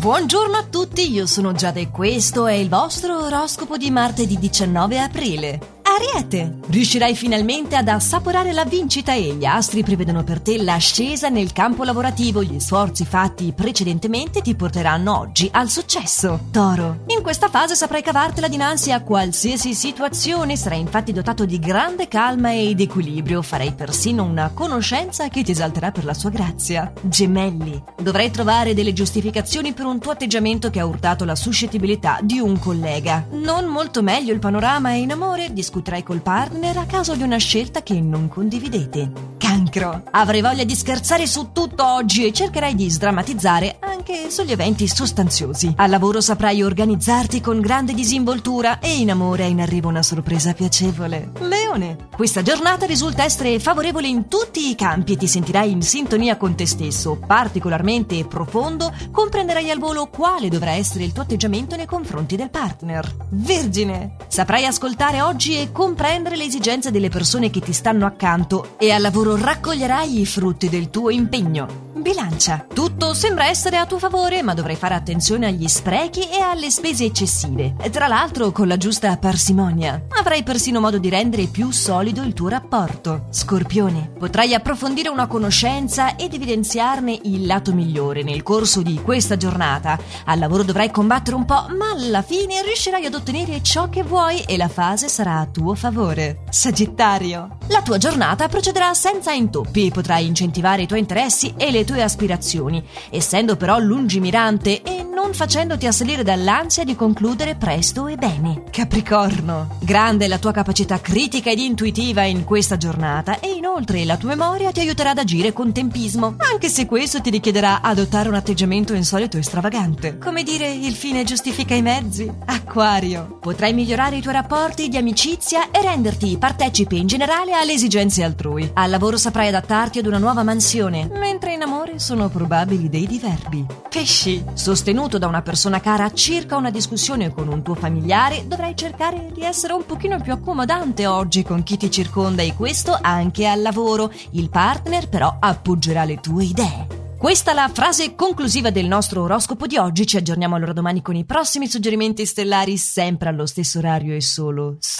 Buongiorno a tutti, io sono Giada e questo è il vostro oroscopo di martedì 19 aprile. Ariete, riuscirai finalmente ad assaporare la vincita e gli astri prevedono per te l'ascesa nel campo lavorativo. Gli sforzi fatti precedentemente ti porteranno oggi al successo. Toro, in questa fase saprai cavartela dinanzi a qualsiasi situazione, sarai infatti dotato di grande calma ed equilibrio, farai persino una conoscenza che ti esalterà per la sua grazia. Gemelli, dovrai trovare delle giustificazioni per un tuo atteggiamento che ha urtato la suscettibilità di un collega. Non molto meglio il panorama e in amore discuterai col partner a causa di una scelta che non condividete. Cancro, avrai voglia di scherzare su tutto oggi e cercherai di sdrammatizzare anche sugli eventi sostanziosi. Al lavoro saprai organizzarti con grande disinvoltura e in amore è in arrivo una sorpresa piacevole. Leone, questa giornata risulta essere favorevole in tutti i campi e ti sentirai in sintonia con te stesso, particolarmente profondo, comprenderai al volo quale dovrà essere il tuo atteggiamento nei confronti del partner. Vergine, saprai ascoltare oggi e comprendere le esigenze delle persone che ti stanno accanto e al lavoro raccoglierai i frutti del tuo impegno. Bilancia, tutto sembra essere a tuo favore, ma dovrai fare attenzione agli sprechi e alle spese eccessive. Tra l'altro, con la giusta parsimonia, avrai persino modo di rendere più solido il tuo rapporto. Scorpione, potrai approfondire una conoscenza ed evidenziarne il lato migliore nel corso di questa giornata. Al lavoro dovrai combattere un po', ma alla fine riuscirai ad ottenere ciò che vuoi e la fase sarà a tuo favore. Sagittario, la tua giornata procederà senza intoppi, potrai incentivare i tuoi interessi e le tue aspirazioni, essendo però lungimirante e non facendoti assalire dall'ansia di concludere presto e bene. Capricorno, grande è la tua capacità critica ed intuitiva in questa giornata e inoltre la tua memoria ti aiuterà ad agire con tempismo, anche se questo ti richiederà adottare un atteggiamento insolito e stravagante. Come dire, il fine giustifica i mezzi. Acquario, potrai migliorare i tuoi rapporti di amicizia e renderti partecipe in generale alle esigenze altrui. Al lavoro saprai adattarti ad una nuova mansione, mentre in amore sono probabili dei diverbi. Pesci, sostenuto da una persona cara circa una discussione con un tuo familiare, dovrai cercare di essere un pochino più accomodante oggi con chi ti circonda e questo anche al lavoro. Il partner però appoggerà le tue idee. Questa è la frase conclusiva del nostro oroscopo di oggi. Ci aggiorniamo allora domani con i prossimi suggerimenti stellari, sempre allo stesso orario e solo